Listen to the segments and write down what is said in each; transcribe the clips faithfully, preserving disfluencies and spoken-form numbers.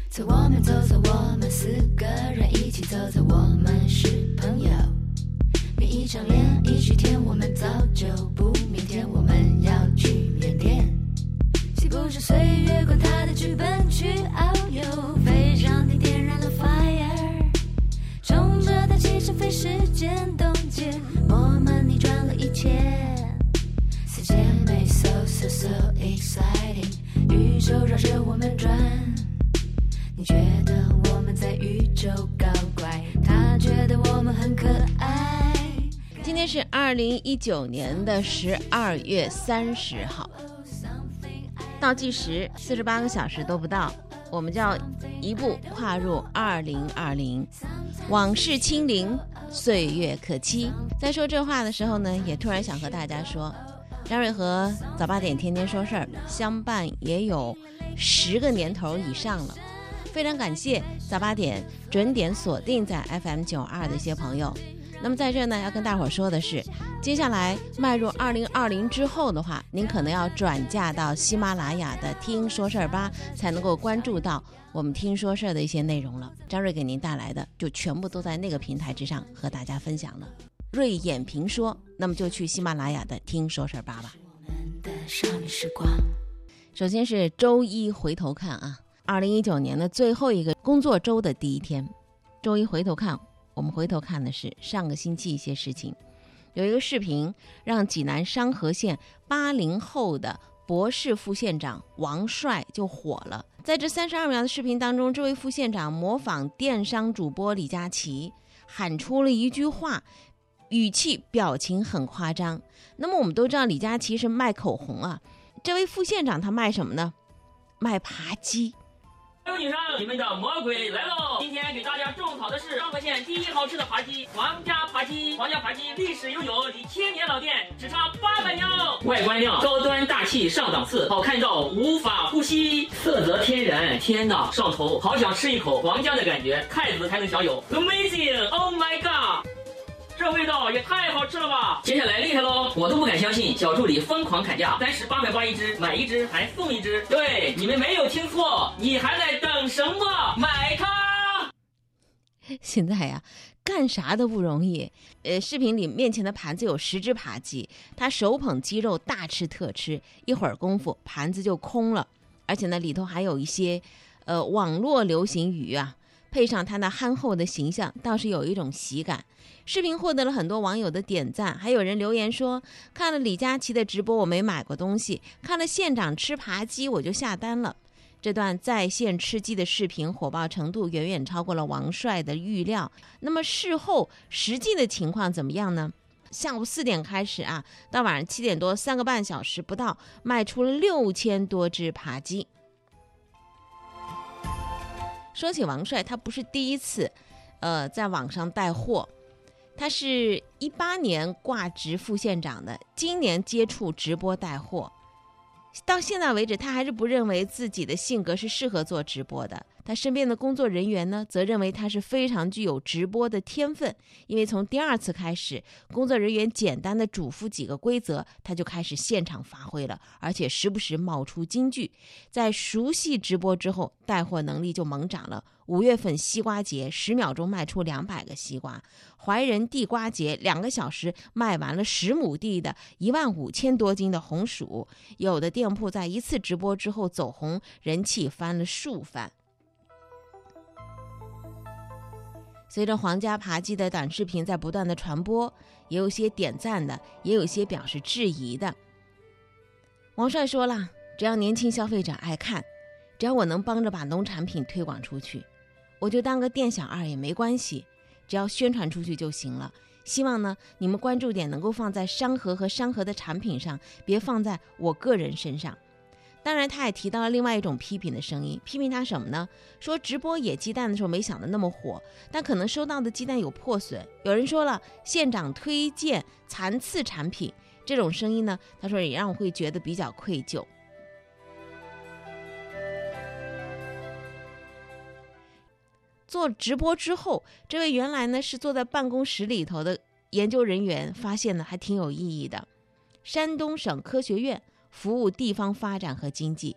走我们走走我们四个人一起走走，我们是朋友。每一场连一许天，我们早就不明天，我们要去缅甸。岂不是岁月管他的剧本去遨游，飞上天点燃了 fire， 冲着它起身飞时间冻结，我们逆转了一切。世界美 so so so exciting， 宇宙绕着我们转。你觉得我们在宇宙搞怪，他觉得我们很可爱。 今天是二零一九年的十二月三十号，倒计时四十八个小时都不到，我们就要一步跨入二零二零。往事清零，岁月可期。在说这话的时候呢，也突然想和大家说，张瑞和早八点天天说事儿相伴也有十个年头以上了。非常感谢早八点准点锁定在 F M 九十二 的一些朋友。那么在这呢，要跟大伙儿说的是，接下来迈入二零二零之后的话，您可能要转嫁到喜马拉雅的听说事儿吧，才能够关注到我们听说事儿的一些内容了。张瑞给您带来的就全部都在那个平台之上和大家分享了。瑞眼评说，那么就去喜马拉雅的听说事儿吧吧。首先是周一回头看啊，二零一九年的最后一个工作周的第一天，周一回头看，我们回头看的是上个星期一些事情。有一个视频让济南商河县八零后的博士副县长王帅就火了。在这三十二秒的视频当中，这位副县长模仿电商主播李佳琦喊出了一句话，语气表情很夸张。那么我们都知道李佳琦是卖口红啊，这位副县长他卖什么呢？卖扒鸡。 各位女生，你们的魔鬼来喽！今天给大家种草的是商河县第一好吃的扒鸡——皇家扒鸡。皇家扒鸡历史悠久，离千年老店只差八百秒。外观亮，高端大气上档次，好看到无法呼吸。色泽天然，天哪，上头，好想吃一口皇家的感觉，太子才能享有。Amazing! Oh my god！这味道也太好吃了吧！接下来厉害喽，我都不敢相信，小助理疯狂砍价，三十八块八一只，买一只还送一只。对，你们没有听错，你还在等什么？买它！ 现在呀、啊，干啥都不容易。呃，视频里面前的盘子有十只扒鸡，他手捧鸡肉大吃特吃，一会儿功夫盘子就空了，而且呢里头还有一些呃网络流行语啊。配上他那憨厚的形象，倒是有一种喜感。视频获得了很多网友的点赞，还有人留言说，看了李佳琦的直播我没买过东西，看了县长吃扒鸡我就下单了。这段在线吃鸡的视频火爆程度远远超过了王帅的预料。那么事后实际的情况怎么样呢？下午四点开始啊，到晚上七点多，三个半小时不到，卖出了六千多只扒鸡。说起王帅，他不是第一次呃，在网上带货，他是一八年挂职副县长的，今年接触直播带货。到现在为止，他还是不认为自己的性格是适合做直播的。他身边的工作人员呢，则认为他是非常具有直播的天分，因为从第二次开始，工作人员简单的嘱咐几个规则，他就开始现场发挥了，而且时不时冒出金句。在熟悉直播之后，带货能力就猛涨了。五月份西瓜节，十秒钟卖出两百个西瓜；怀仁地瓜节，两个小时卖完了十亩地的一万五千多斤的红薯。有的店铺在一次直播之后走红，人气翻了数番。随着皇家扒鸡的短视频在不断的传播，也有些点赞的，也有些表示质疑的。王帅说了，只要年轻消费者爱看，只要我能帮着把农产品推广出去，我就当个店小二也没关系，只要宣传出去就行了。希望呢，你们关注点能够放在商河和商河的产品上，别放在我个人身上。当然他也提到了另外一种批评的声音，批评他什么呢？说直播野鸡蛋的时候没想到那么火，但可能收到的鸡蛋有破损。有人说了，县长推荐残次产品，这种声音呢，他说也让我会觉得比较愧疚。做直播之后，这位原来呢是坐在办公室里头的研究人员发现呢还挺有意义的。山东省科学院服务地方发展和经济，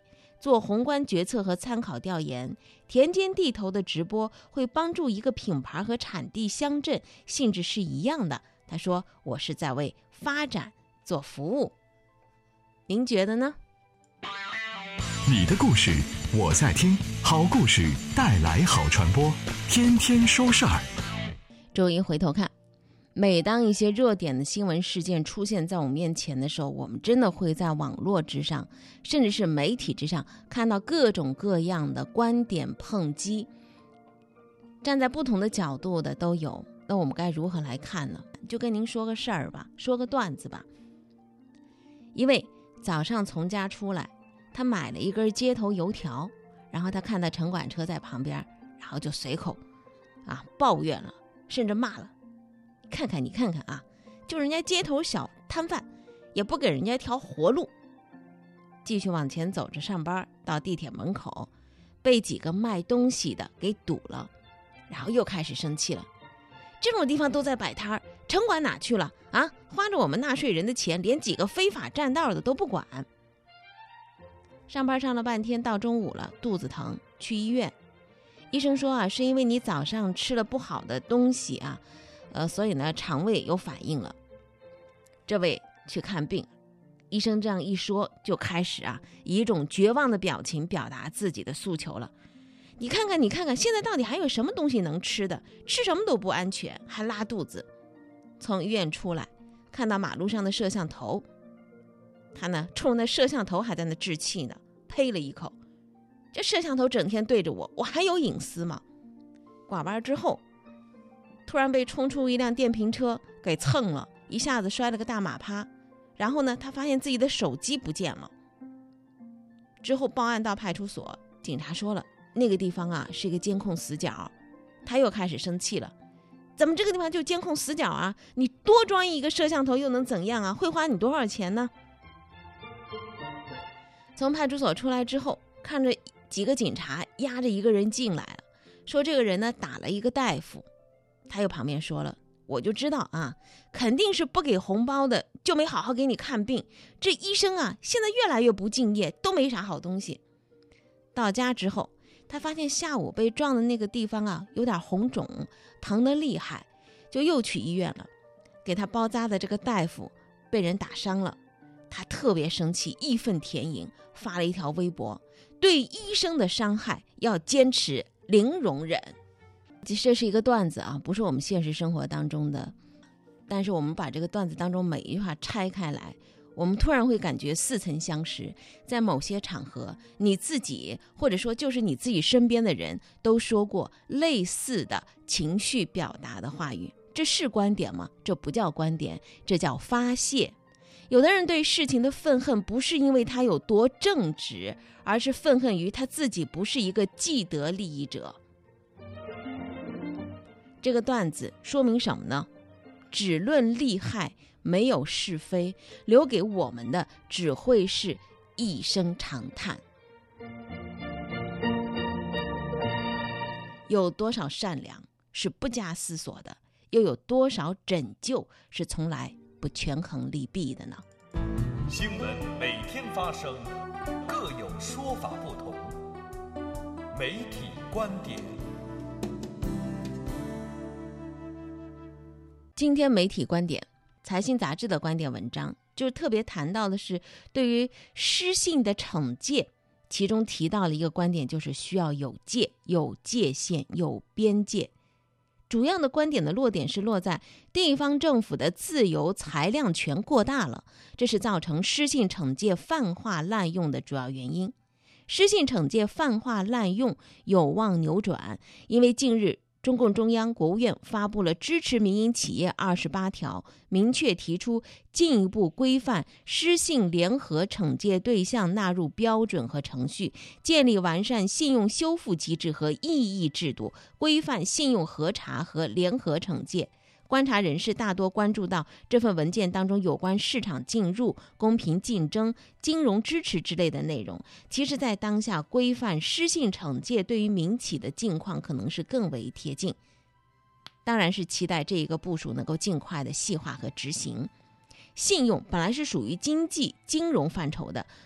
做宏观决策和参考调研。田间地头的直播会帮助一个品牌和产地乡镇性质是一样的。他说，我是在为发展做服务。您觉得呢？ 你的故事我在听，好故事带来好传播，天天说事儿。 周一回头看，每当一些热点的新闻事件出现在我们面前的时候，我们真的会在网络之上，甚至是媒体之上，看到各种各样的观点抨击，站在不同的角度的都有。那我们该如何来看呢？就跟您说个事儿吧，说个段子吧。一位早上从家出来，他买了一根街头油条，然后他看到城管车在旁边，然后就随口啊抱怨了，甚至骂了。看看你看看啊，就人家街头小摊贩也不给人家条活路。继续往前走着上班，到地铁门口被几个卖东西的给堵了，然后又开始生气了。这种地方都在摆摊，城管哪去了啊？花着我们纳税人的钱，连几个非法占道的都不管。上班上了半天，到中午了，肚子疼，去医院。医生说啊，是因为你早上吃了不好的东西啊，呃，所以呢，肠胃有反应了。这位去看病，医生这样一说，就开始啊，以一种绝望的表情表达自己的诉求了。你看看，你看看，现在到底还有什么东西能吃的？吃什么都不安全，还拉肚子。从医院出来，看到马路上的摄像头，他呢，冲那摄像头还在那置气呢，呸了一口。这摄像头整天对着我，我还有隐私吗？拐弯之后，突然被冲出一辆电瓶车给蹭了，一下子摔了个大马趴。然后呢，他发现自己的手机不见了。之后报案到派出所，警察说了，那个地方啊是一个监控死角。他又开始生气了，怎么这个地方就监控死角啊？你多装一个摄像头又能怎样啊？会花你多少钱呢？从派出所出来之后，看着几个警察押着一个人进来了，说这个人呢打了一个大夫。他又旁边说了，我就知道啊，肯定是不给红包的，就没好好给你看病。这医生啊，现在越来越不敬业，都没啥好东西。到家之后，他发现下午被撞的那个地方啊，有点红肿，疼得厉害，就又去医院了。给他包扎的这个大夫被人打伤了，他特别生气，义愤填膺，发了一条微博，对医生的伤害要坚持零容忍。其实这是一个段子啊，不是我们现实生活当中的，但是我们把这个段子当中每一句话拆开来，我们突然会感觉似曾相识。在某些场合，你自己或者说就是你自己身边的人都说过类似的情绪表达的话语。这是观点吗？这不叫观点，这叫发泄。有的人对事情的愤恨不是因为他有多正直，而是愤恨于他自己不是一个既得利益者。这个段子说明什么呢？只论利害，没有是非，留给我们的只会是一声长叹。有多少善良是不加思索的，又有多少拯救是从来不权衡利弊的呢？ 新闻每天发生，各有说法不同。媒体观点。 今天媒体观点，财新杂志的观点文章，就是特别谈到的是对于失信的惩戒，其中提到了一个观点，就是需要有界、有界限、有边界。主要的观点的落点是落在地方政府的自由裁量权过大了，这是造成失信惩戒泛化滥用的主要原因。失信惩戒泛化滥用有望扭转，因为近日中共中央、国务院发布了支持民营企业二十八条，明确提出进一步规范失信联合惩戒对象纳入标准和程序，建立完善信用修复机制和异议制度，规范信用核查和联合惩戒。观察人士大多关注到这份文件当中有关市场进入、公平竞争、金融支持之类的内容，其实在当下规范失信惩戒对于民企的境况可能是更为贴近。当然是期待这一个部署能够尽快的细化和执行。信用本来是属于经济金融范畴的，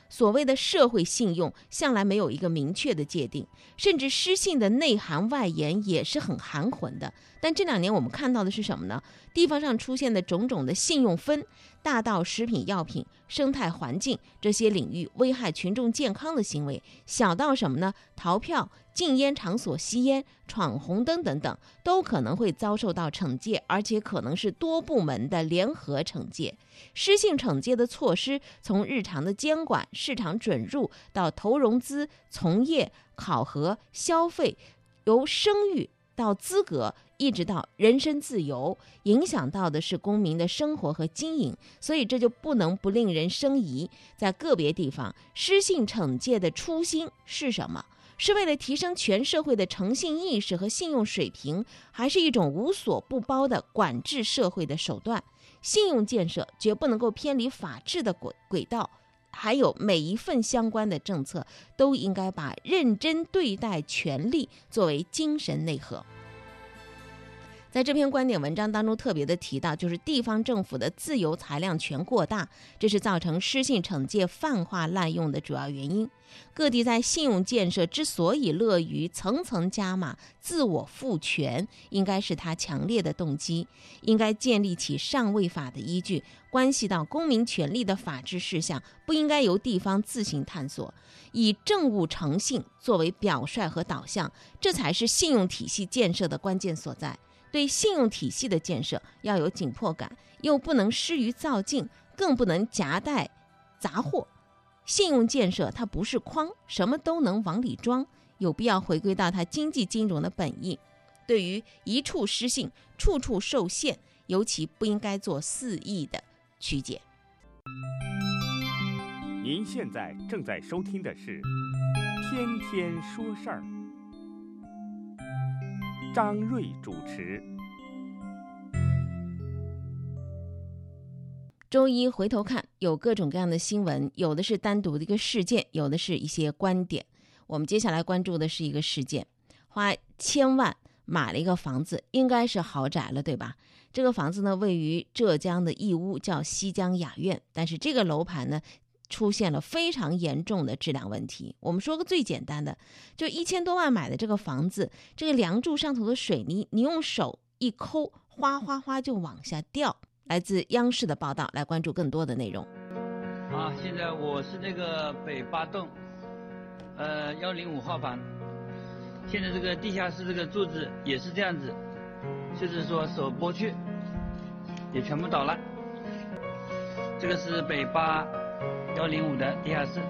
所谓的社会信用向来没有一个明确的界定，甚至失信的内涵外延也是很含混的。但这两年我们看到的是什么呢？地方上出现的种种的信用分，大到食品药品、生态环境这些领域危害群众健康的行为，小到什么呢？逃票、禁烟场所吸烟、闯红灯等等，都可能会遭受到惩戒，而且可能是多部门的联合惩戒。失信惩戒的措施，从日常的监管、市场准入到投融资、从业、考核、消费，由声誉到资格，一直到人身自由，影响到的是公民的生活和经营，所以这就不能不令人生疑。在个别地方，失信惩戒的初心是什么？是为了提升全社会的诚信意识和信用水平，还是一种无所不包的管制社会的手段？信用建设绝不能够偏离法治的轨轨道，还有每一份相关的政策都应该把认真对待权利作为精神内核。在这篇观点文章当中特别的提到，就是地方政府的自由裁量权过大，这是造成失信惩戒泛化滥用的主要原因。各地在信用建设之所以乐于层层加码、自我赋权，应该是他强烈的动机，应该建立起上位法的依据，关系到公民权利的法治事项，不应该由地方自行探索，以政务诚信作为表率和导向，这才是信用体系建设的关键所在。对信用体系的建设要有紧迫感，又不能失于造进，更不能夹带杂货。信用建设它不是筐，什么都能往里装，有必要回归到它经济金融的本意。对于一处失信，处处受限，尤其不应该做肆意的曲解。 您现在正在收听的是《天天说事儿》，张瑞主持。 周一回头看，有各种各样的新闻，有的是单独的一个事件，有的是一些观点。我们接下来关注的是一个事件，花千万买了一个房子，应该是豪宅了，对吧？这个房子呢，位于浙江的义乌，叫西江雅苑，但是这个楼盘呢，出现了非常严重的质量问题。我们说个最简单的，就一千多万买的这个房子，这个梁柱上头的水泥，你用手一抠，哗哗哗就往下掉。来自央视的报道，来关注更多的内容。 啊，现在我是这个北八栋，呃，幺零五号房。现在这个地下室这个柱子也是这样子，就是说手拨去，也全部倒了。这个是北八幺零五的地下室。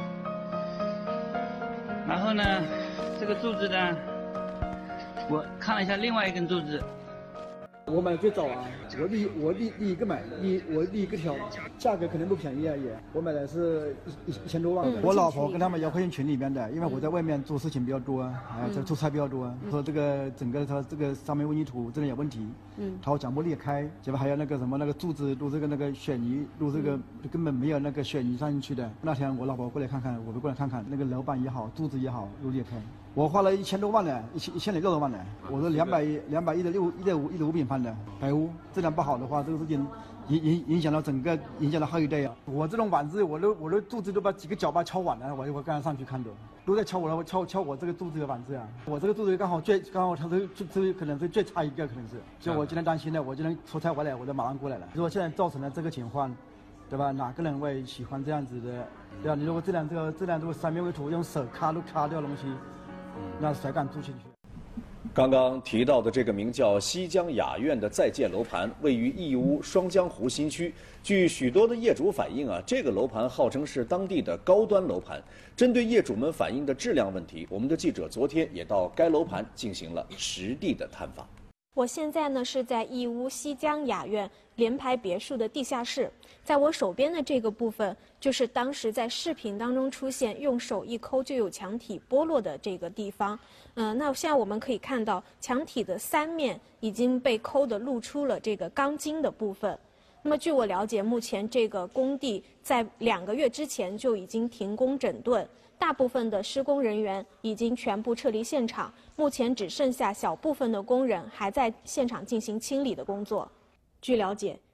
然后呢，这个柱子呢，我看了一下另外一根柱子。 我买的最早啊，我第我第第一个买，第我第一个挑，价格肯定不便宜啊也，我买的是一一一千多万的。嗯、我老婆跟他们摇会员群里面的，因为我在外面做事情比较多，啊，这出差比较多，嗯、说这个整个它这个上面混凝土真的有问题，嗯，它讲不裂开，结果还有那个什么那个柱子录这个那个水泥录这个、嗯、根本没有那个水泥上进去的。那天我老婆过来看看，我们过来看看那个楼板也好，柱子也好，都裂开。我花了一千多万呢，一千一千零六十万呢。我说两百两百一的六一点五一点五平方的白屋，质量不好的话，这个事情影影影响到整个影响到后一代啊。我这种板子，我都我的柱子都把几个脚把敲完了，我我刚刚上去看的，都在敲我了，敲敲我这个柱子的板子啊。我这个柱子刚好最刚好它这这这可能是最差一个，可能是。所以我今天担心呢，我今天出差回来，我就马上过来了。如果现在造成了这个情况，对吧？哪个人会喜欢这样子的？对吧？你如果这样这个这样这个三面为土，用手卡都卡掉东西。那谁敢住进去？ 刚刚提到的这个名叫西江雅苑的在建楼盘，位于义乌双江湖新区。据许多的业主反映啊，这个楼盘号称是当地的高端楼盘。针对业主们反映的质量问题，我们的记者昨天也到该楼盘进行了实地的探访。 我现在呢是在义乌西江雅苑联排别墅的地下室，在我手边的这个部分，就是当时在视频当中出现用手一抠就有墙体剥落的这个地方。嗯、呃，那现在我们可以看到墙体的三面已经被抠的露出了这个钢筋的部分。那么据我了解，目前这个工地在两个月之前就已经停工整顿，大部分的施工人员已经全部撤离现场，目前只剩下小部分的工人还在现场进行清理的工作。据了解，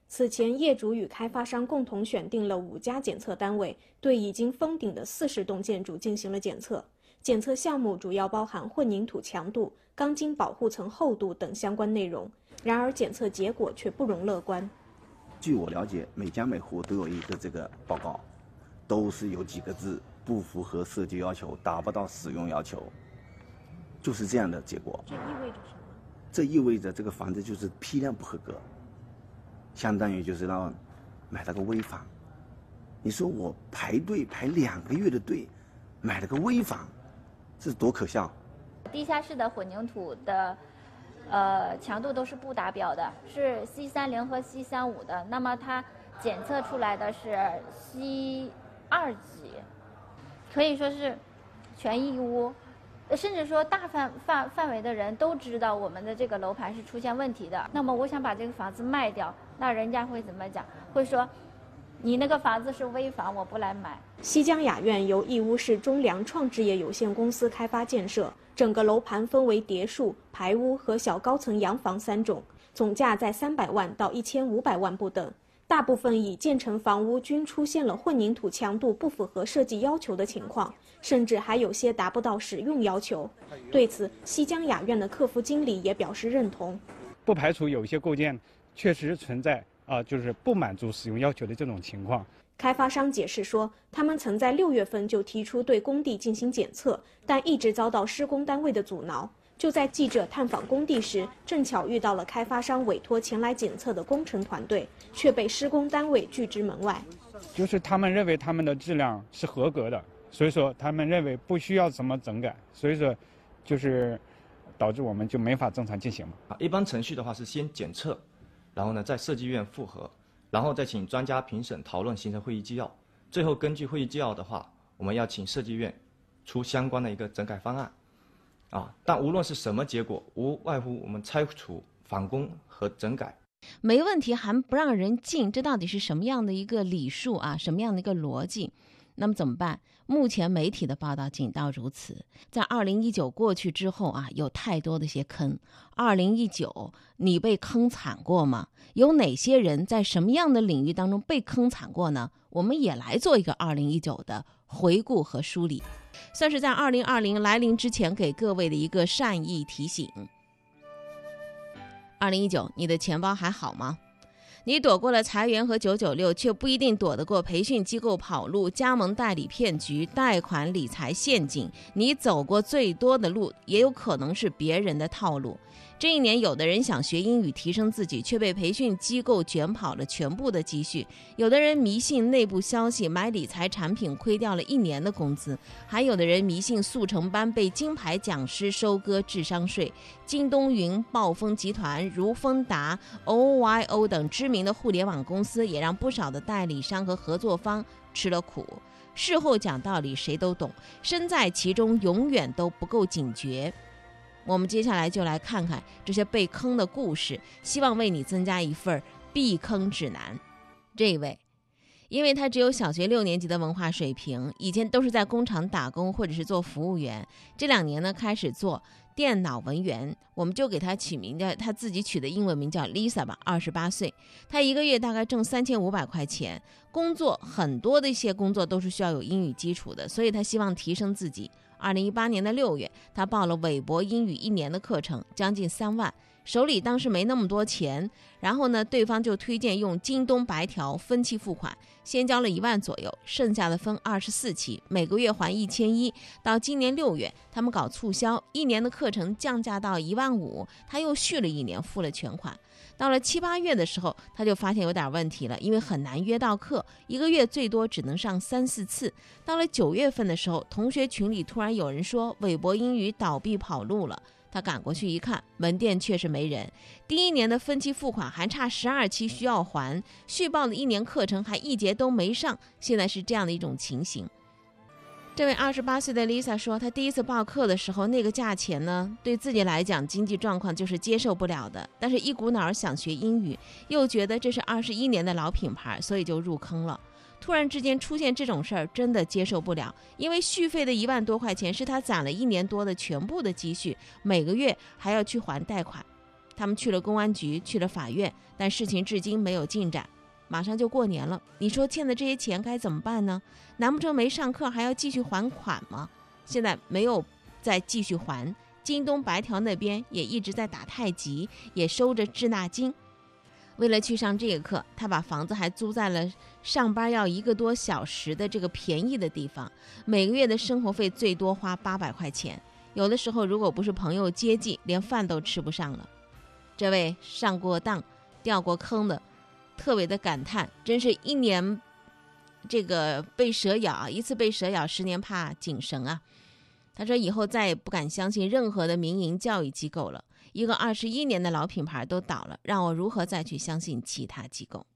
此前，业主与开发商共同选定了五家检测单位，对已经封顶的四十栋建筑进行了检测。检测项目主要包含混凝土强度、钢筋保护层厚度等相关内容。然而，检测结果却不容乐观。 据我了解，每家每户都有一个这个报告，都是有几个字：不符合设计要求，达不到使用要求，就是这样的结果。 这意味着什么？ 这意味着这个房子就是批量不合格，相当于就是让买了个危房。你说我排队排两个月的队，买了个危房，这是多可笑！ 地下室的混凝土的呃强度都是不达标的，是 C 三零 和 C 三五的，那么它检测出来的是 C 二级，可以说是全义乌。甚至说大范范范围的人都知道我们的这个楼盘是出现问题的。那么我想把这个房子卖掉，那人家会怎么讲？会说你那个房子是危房，我不来买。 西江雅苑由义乌市中粮创置业有限公司开发建设，整个楼盘分为叠墅、排屋和小高层洋房三种，总价在三百万到一千五百万不等。大部分已建成房屋均出现了混凝土强度不符合设计要求的情况，甚至还有些达不到使用要求。对此，西江雅苑的客服经理也表示认同， 不排除有些构件确实存在啊、呃，就是不满足使用要求的这种情况。 开发商解释说，他们曾在六月份就提出对工地进行检测，但一直遭到施工单位的阻挠。就在记者探访工地时，正巧遇到了开发商委托前来检测的工程团队，却被施工单位拒之门外。 就是他们认为他们的质量是合格的，所以说他们认为不需要什么整改，所以说就是导致我们就没法正常进行嘛。 一般程序的话是先检测，然后呢在设计院复核，然后再请专家评审讨论形成会议纪要，最后根据会议纪要的话，我们要请设计院出相关的一个整改方案。啊，但无论是什么结果，无外乎我们拆除、返工和整改。 没问题还不让人进，这到底是什么样的一个礼数啊？什么样的一个逻辑？那么怎么办？目前媒体的报道仅到如此。在二零一九过去之后啊，有太多的些坑。二零一九你被坑惨过吗？有哪些人在什么样的领域当中被坑惨过呢？我们也来做一个二零一九的回顾和梳理，算是在二零二零来临之前给各位的一个善意提醒。二零一九你的钱包还好吗？你躲过了裁员和九九六，却不一定躲得过培训机构跑路、加盟代理骗局、贷款理财陷阱。你走过最多的路，也有可能是别人的套路。这一年，有的人想学英语提升自己，却被培训机构卷跑了全部的积蓄；有的人迷信内部消息，买理财产品亏掉了一年的工资；还有的人迷信速成班，被金牌讲师收割智商税。京东云、暴风集团、如丰达、O Y O 等知名的互联网公司，也让不少的代理商和合作方吃了苦。事后讲道理谁都懂，身在其中永远都不够警觉。我们接下来就来看看这些被坑的故事，希望为你增加一份避坑指南。这一位，因为他只有小学六年级的文化水平，以前都是在工厂打工或者是做服务员，这两年呢开始做电脑文员，我们就给他取名叫他自己取的英文名叫 Lisa 吧，二十八岁，他一个月大概挣三千五百块钱，工作很多的一些工作都是需要有英语基础的，所以他希望提升自己。二零一八年的六月，他报了韦博英语一年的课程，将近三万，手里当时没那么多钱，然后呢，对方就推荐用京东白条分期付款，先交了一万左右，剩下的分二十四期，每个月还一千一。到今年六月，他们搞促销，一年的课程降价到一万五，他又续了一年，付了全款。到了七八月的时候，他就发现有点问题了，因为很难约到课，一个月最多只能上三四次。到了九月份的时候，同学群里突然有人说韦博英语倒闭跑路了，他赶过去一看，门店确实没人，第一年的分期付款还差十二期需要还，续报的一年课程还一节都没上，现在是这样的一种情形。这位二十八岁的 Lisa 说，她第一次报课的时候，那个价钱呢，对自己来讲经济状况就是接受不了的，但是一股脑儿想学英语，又觉得这是二十一年的老品牌，所以就入坑了。突然之间出现这种事儿，真的接受不了，因为续费的一万多块钱是他攒了一年多的全部的积蓄，每个月还要去还贷款。 他们去了公安局，去了法院，但事情至今没有进展。马上就过年了，你说欠的这些钱该怎么办呢？难不成没上课还要继续还款吗？现在没有再继续还，京东白条那边也一直在打太极，也收着滞纳金。为了去上这个课，他把房子还租在了上班要一个多小时的这个便宜的地方，每个月的生活费最多花八百块钱，有的时候如果不是朋友接济，连饭都吃不上了。这位上过当掉过坑的特别的感叹，真是一年这个被蛇咬，一次被蛇咬，十年怕井绳啊。他说以后再也不敢相信任何的民营教育机构了，一个二十一年的老品牌都倒了，让我如何再去相信其他机构？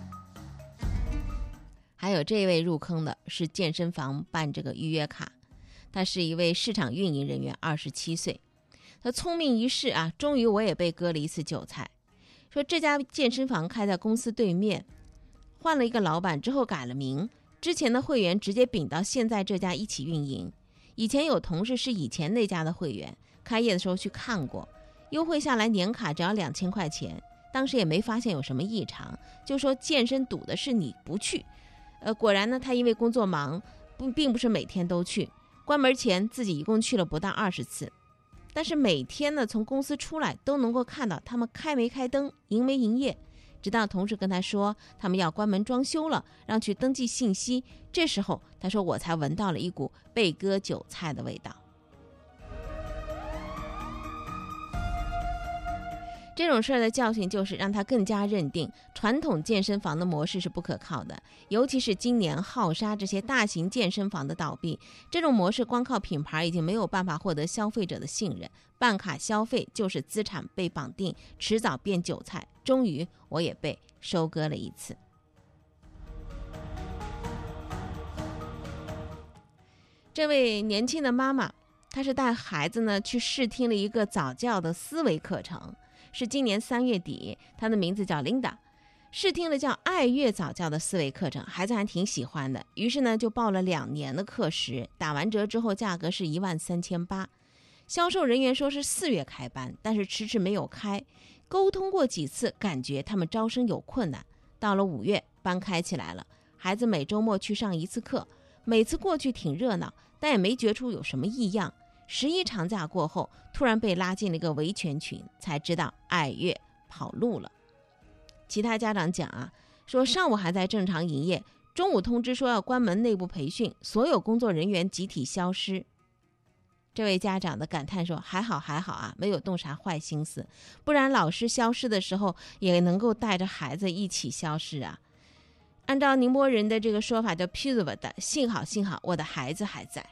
还有这位入坑的是健身房办这个预约卡，他是一位市场运营人员，二十七岁。他聪明一世啊，终于我也被割了一次韭菜。说这家健身房开在公司对面，换了一个老板之后改了名，之前的会员直接并到现在这家一起运营。以前有同事是以前那家的会员，开业的时候去看过，优惠下来年卡只要两千块钱，当时也没发现有什么异常，就说健身赌的是你不去。呃，果然呢，他因为工作忙，不并不是每天都去，关门前自己一共去了不到二十次。但是每天呢，从公司出来都能够看到他们开没开灯，营没营业，直到同事跟他说他们要关门装修了，让去登记信息，这时候他说我才闻到了一股被割韭菜的味道。这种事儿的教训就是让他更加认定传统健身房的模式是不可靠的，尤其是今年浩沙这些大型健身房的倒闭，这种模式光靠品牌已经没有办法获得消费者的信任，办卡消费就是资产被绑定，迟早变韭菜。终于我也被收割了一次。这位年轻的妈妈，她是带孩子呢去试听了一个早教的思维课程，是今年三月底，她的名字叫 Linda， 试听了叫爱乐早教的思维课程，孩子还挺喜欢的，于是呢就报了两年的课时，打完折之后价格是一万三千八。销售人员说是四月开班，但是迟迟没有开，沟通过几次，感觉他们招生有困难。到了五月，班开起来了，孩子每周末去上一次课，每次过去挺热闹，但也没觉出有什么异样。十一长假过后，突然被拉进了一个维权群，才知道爱乐跑路了。其他家长讲啊，说上午还在正常营业，中午通知说要关门内部培训，所有工作人员集体消失。这位家长的感叹说，还好还好啊，没有动啥坏心思，不然老师消失的时候也能够带着孩子一起消失啊。按照宁波人的这个说法叫 p i z v 的，幸好幸好我的孩子还在。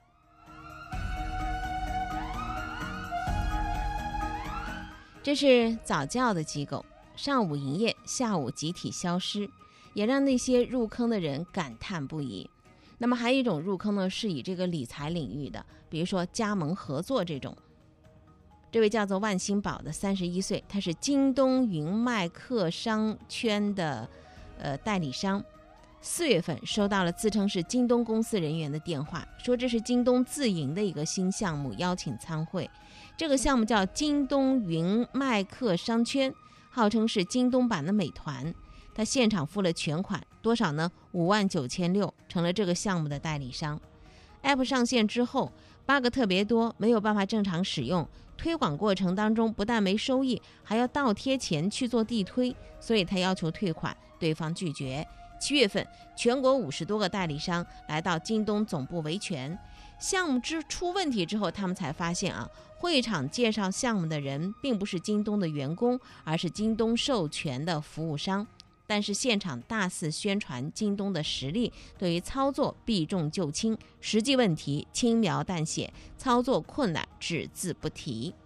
这是早教的机构，上午营业，下午集体消失，也让那些入坑的人感叹不已。那么还有一种入坑呢，是以这个理财领域的，比如说加盟合作这种。这位叫做万兴宝的三十一岁，他是京东云麦客商圈的呃代理商。四月份收到了自称是京东公司人员的电话，说这是京东自营的一个新项目，邀请参会。这个项目叫京东云麦客商圈，号称是京东版的美团。他现场付了全款，多少呢？五万九千六，成了这个项目的代理商。App 上线之后 ，bug 特别多，没有办法正常使用。推广过程当中不但没收益，还要倒贴钱去做地推，所以他要求退款，对方拒绝。七月份，全国五十多个代理商来到京东总部维权。项目之出问题之后，他们才发现啊，会场介绍项目的人并不是京东的员工，而是京东授权的服务商。但是现场大肆宣传京东的实力，对于操作避重就轻，实际问题轻描淡写，操作困难只字不提。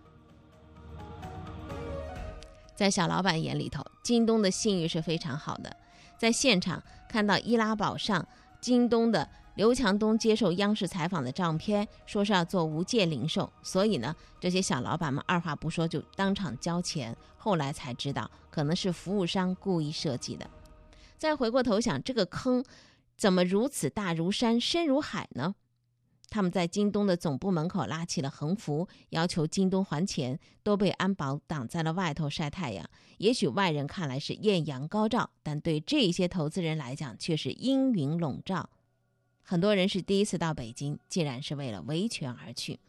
在小老板眼里头，京东的信誉是非常好的。在现场看到易拉宝上京东的刘强东接受央视采访的照片，说是要做无界零售，所以呢，这些小老板们二话不说就当场交钱。后来才知道，可能是服务商故意设计的。再回过头想，这个坑怎么如此大如山，深如海呢？ 他们在京东的总部门口拉起了横幅，要求京东还钱，都被安保挡在了外头晒太阳。也许外人看来是艳阳高照，但对这些投资人来讲却是阴云笼罩。很多人是第一次到北京，竟然是为了维权而去。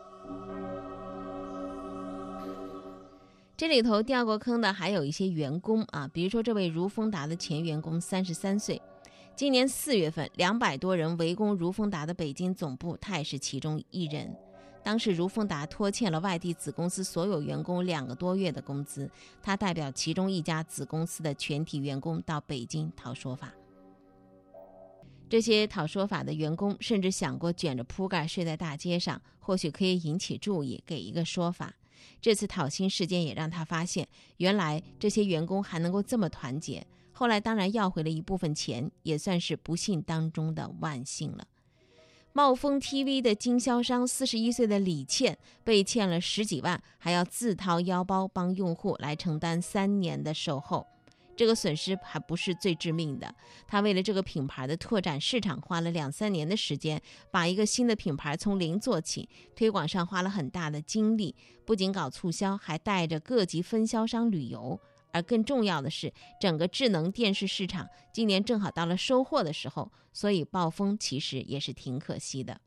这里头掉过坑的还有一些员工啊，比如说这位如丰达的前员工三十三岁，今年四月份两百多人围攻如丰达的北京总部，他也是其中一人。当时如丰达拖欠了外地子公司所有员工两个多月的工资，他代表其中一家子公司的全体员工到北京讨说法。这些讨说法的员工甚至想过卷着铺盖睡在大街上，或许可以引起注意，给一个说法。这次讨薪事件也让他发现，原来这些员工还能够这么团结。后来当然要回了一部分钱，也算是不幸当中的万幸了。茂丰 T V 的经销商四十一岁的李倩被欠了十几万，还要自掏腰包帮用户来承担三年的售后。这个损失还不是最致命的，他为了这个品牌的拓展市场花了两三年的时间，把一个新的品牌从零做起，推广上花了很大的精力，不仅搞促销，还带着各级分销商旅游。而更重要的是，整个智能电视市场今年正好到了收获的时候，所以暴风其实也是挺可惜的。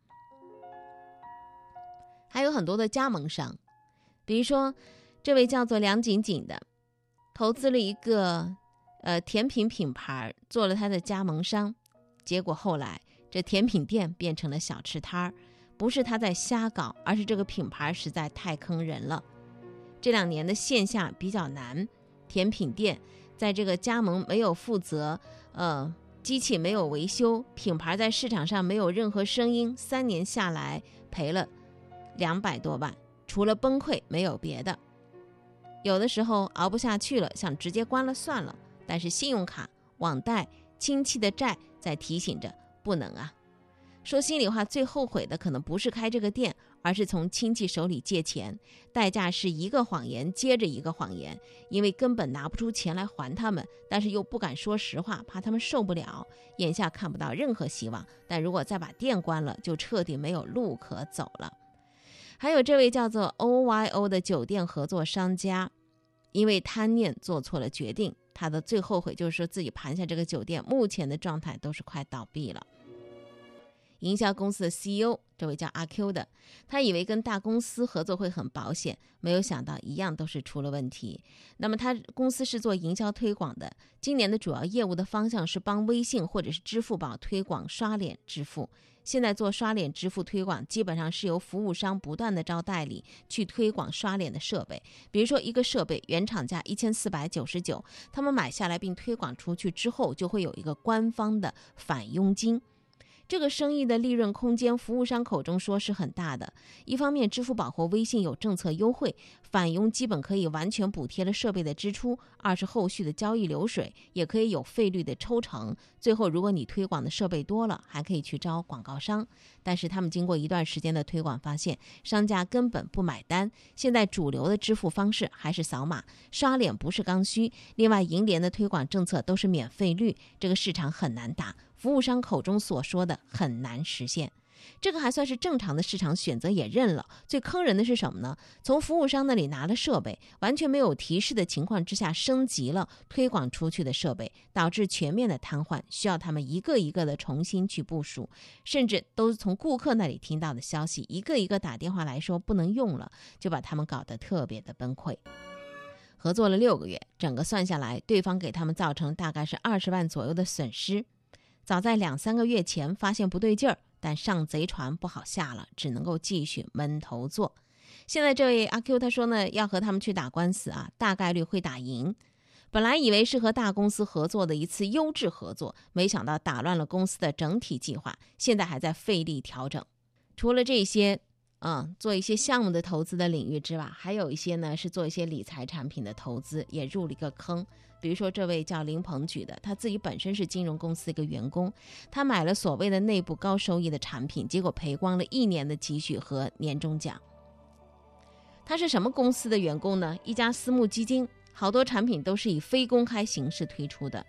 还有很多的加盟商，比如说这位叫做梁锦锦的，投资了一个呃甜品品牌，做了他的加盟商，结果后来这甜品店变成了小吃摊儿，不是他在瞎搞，而是这个品牌实在太坑人了。这两年的线下比较难，甜品店在这个加盟没有负责，呃，机器没有维修，品牌在市场上没有任何声音，三年下来赔了两百多万，除了崩溃没有别的。有的时候熬不下去了，想直接关了算了，但是信用卡、网贷、亲戚的债在提醒着不能啊。说心里话，最后悔的可能不是开这个店，而是从亲戚手里借钱，代价是一个谎言接着一个谎言，因为根本拿不出钱来还他们，但是又不敢说实话，怕他们受不了，眼下看不到任何希望，但如果再把店关了，就彻底没有路可走了。还有这位叫做 O Y O 的酒店合作商家，因为贪念做错了决定，他的最后悔就是说自己盘下这个酒店，目前的状态都是快倒闭了。营销公司的 C E O 这位叫阿 Q 的，他以为跟大公司合作会很保险，没有想到一样都是出了问题。那么他公司是做营销推广的，今年的主要业务的方向是帮微信或者是支付宝推广刷脸支付。现在做刷脸支付推广，基本上是由服务商不断的招代理去推广刷脸的设备，比如说一个设备原厂价一千四百九十九，他们买下来并推广出去之后，就会有一个官方的返佣金。这个生意的利润空间，服务商口中说是很大的。一方面，支付宝或微信有政策优惠，返佣基本可以完全补贴了设备的支出；二是后续的交易流水，也可以有费率的抽成。最后，如果你推广的设备多了，还可以去招广告商。但是他们经过一段时间的推广，发现商家根本不买单。现在主流的支付方式还是扫码，刷脸不是刚需。另外，银联的推广政策都是免费率，这个市场很难打。服务商口中所说的很难实现，这个还算是正常的市场选择，也认了。最坑人的是什么呢？从服务商那里拿了设备，完全没有提示的情况之下升级了推广出去的设备，导致全面的瘫痪，需要他们一个一个的重新去部署，甚至都是从顾客那里听到的消息，一个一个打电话来说不能用了，就把他们搞得特别的崩溃。合作了六个月，整个算下来，对方给他们造成大概是二十万左右的损失。早在两三个月前发现不对劲儿，但上贼船不好下了，只能够继续闷头做。现在这位阿 Q 他说呢，要和他们去打官司啊，大概率会打赢。本来以为是和大公司合作的一次优质合作，没想到打乱了公司的整体计划，现在还在费力调整。除了这些嗯，做一些项目的投资的领域之外，还有一些呢是做一些理财产品的投资，也入了一个坑。比如说这位叫林鹏举的，他自己本身是金融公司的一个员工，他买了所谓的内部高收益的产品，结果赔光了一年的积蓄和年终奖。他是什么公司的员工呢？一家私募基金，好多产品都是以非公开形式推出的。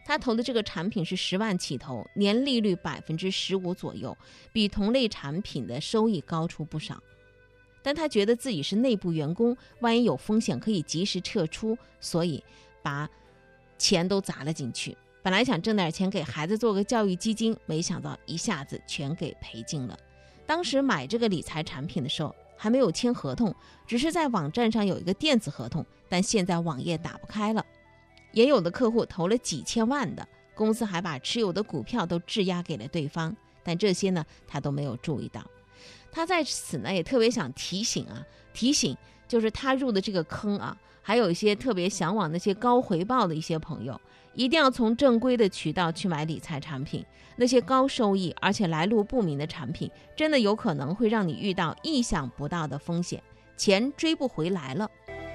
他投的这个产品是十万起头，年利率百分之十五左右，比同类产品的收益高出不少。但他觉得自己是内部员工，万一有风险可以及时撤出，所以把钱都砸了进去。本来想挣点钱给孩子做个教育基金，没想到一下子全给赔尽了。当时买这个理财产品的时候还没有签合同，只是在网站上有一个电子合同，但现在网页打不开了。也有的客户投了几千万的，公司还把持有的股票都质押给了对方，但这些呢他都没有注意到。他在此呢也特别想提醒啊，提醒就是他入的这个坑啊，还有一些特别向往那些高回报的一些朋友，一定要从正规的渠道去买理财产品。那些高收益而且来路不明的产品，真的有可能会让你遇到意想不到的风险，钱追不回来了。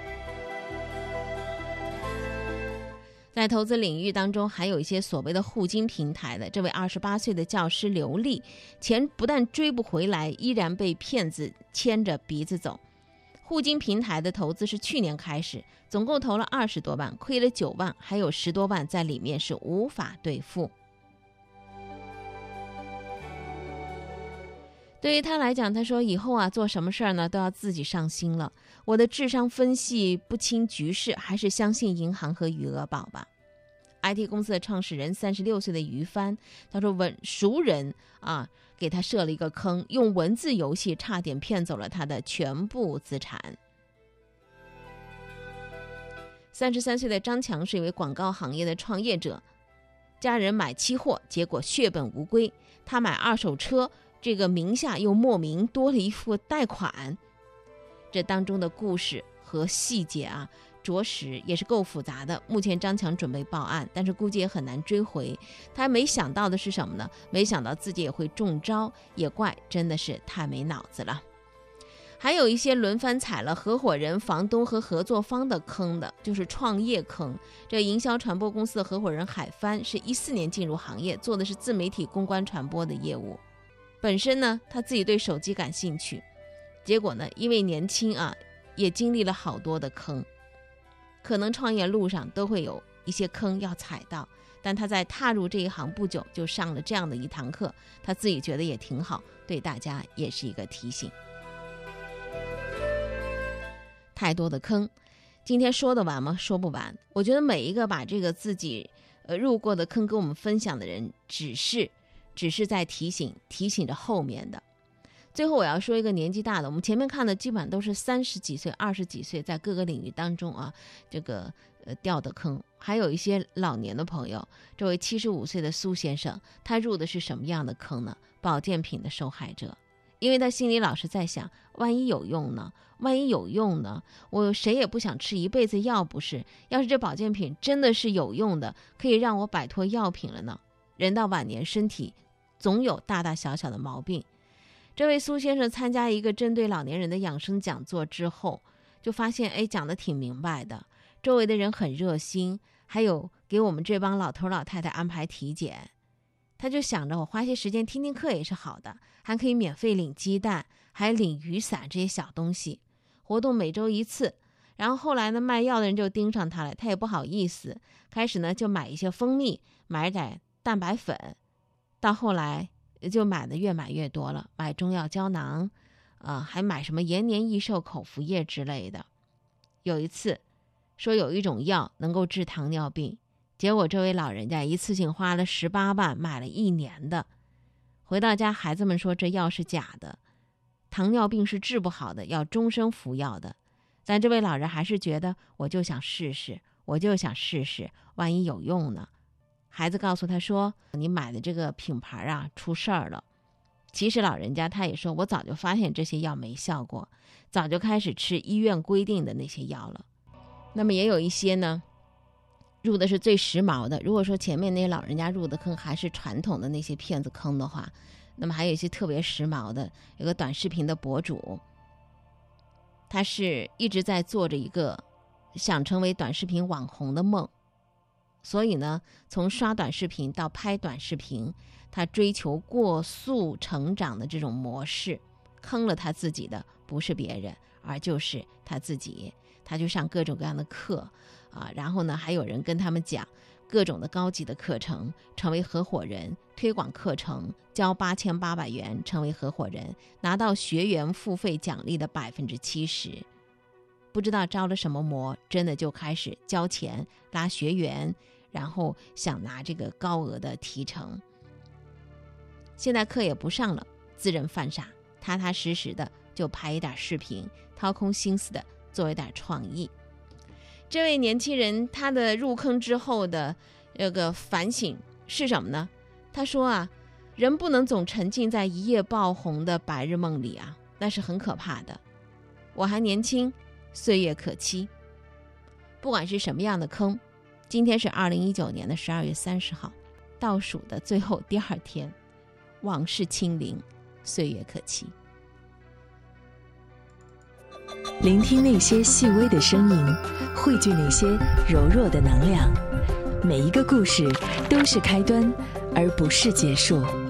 在投资领域当中，还有一些所谓的互金平台的，这位二十八岁的教师刘丽，钱不但追不回来，依然被骗子牵着鼻子走。互金平台的投资是去年开始，总共投了二十多万，亏了九万，还有十多万在里面是无法兑付。对于他来讲，他说以后啊做什么事儿呢都要自己上心了。我的智商分析不清局势，还是相信银行和余额宝吧。I T 公司的创始人三十六岁的于帆，他说文熟人啊给他设了一个坑，用文字游戏差点骗走了他的全部资产。三十三岁的张强是一位广告行业的创业者，家人买期货，结果血本无归。他买二手车，这个名下又莫名多了一副贷款。这当中的故事和细节啊，着实也是够复杂的。目前张强准备报案，但是估计也很难追回。他没想到的是什么呢？没想到自己也会中招，也怪真的是太没脑子了。还有一些轮番踩了合伙人、房东和合作方的坑的，就是创业坑。这营销传播公司的合伙人海帆是一四年进入行业，做的是自媒体公关传播的业务。本身呢，他自己对手机感兴趣，结果呢，因为年轻啊，也经历了好多的坑。可能创业路上都会有一些坑要踩到，但他在踏入这一行不久就上了这样的一堂课，他自己觉得也挺好，对大家也是一个提醒。太多的坑，今天说得完吗？说不完。我觉得每一个把这个自己呃入过的坑跟我们分享的人，只是只是在提醒提醒着后面的。最后我要说一个年纪大的，我们前面看的基本上都是三十几岁、二十几岁，在各个领域当中啊，这个呃掉的坑。还有一些老年的朋友，这位七十五岁的苏先生，他入的是什么样的坑呢？保健品的受害者。因为他心里老是在想，万一有用呢？万一有用呢？我谁也不想吃一辈子药，不是？要是这保健品真的是有用的，可以让我摆脱药品了呢？人到晚年，身体总有大大小小的毛病。这位苏先生参加一个针对老年人的养生讲座之后，就发现，哎，讲得挺明白的，周围的人很热心，还有给我们这帮老头老太太安排体检。他就想着，我花些时间听听课也是好的，还可以免费领鸡蛋，还领雨伞这些小东西，活动每周一次。然后后来呢，卖药的人就盯上他了，他也不好意思，开始呢就买一些蜂蜜，买点蛋白粉，到后来就买的越买越多了，买中药胶囊，呃，还买什么延年益寿口服液之类的。有一次说有一种药能够治糖尿病，结果这位老人家一次性花了十八万买了一年的，回到家孩子们说这药是假的，糖尿病是治不好的，要终身服药的。但这位老人还是觉得我就想试试，我就想试试，万一有用呢？孩子告诉他说，你买的这个品牌啊出事儿了。其实老人家他也说，我早就发现这些药没效果，早就开始吃医院规定的那些药了。那么也有一些呢入的是最时髦的，如果说前面那些老人家入的坑还是传统的那些骗子坑的话，那么还有一些特别时髦的，有个短视频的博主，他是一直在做着一个想成为短视频网红的梦，所以呢从刷短视频到拍短视频，他追求过速成长的这种模式，坑了他自己的不是别人，而就是他自己。他就上各种各样的课啊，然后呢还有人跟他们讲各种的高级的课程，成为合伙人，推广课程，交八千八百元成为合伙人，拿到学员付费奖励的百分之七十。不知道着了什么魔，真的就开始交钱拉学员，然后想拿这个高额的提成。现在课也不上了，自认犯傻，踏踏实实的就拍一点视频，掏空心思的做一点创意。这位年轻人他的入坑之后的这个反省是什么呢？他说啊，人不能总沉浸在一夜爆红的白日梦里啊，那是很可怕的。我还年轻，岁月可期。不管是什么样的坑，今天是二零一九年的十二月三十号，倒数的最后第二天，往事清零，岁月可期。 聆听那些细微的声音，汇聚那些柔弱的能量。每一个故事都是开端，而不是结束。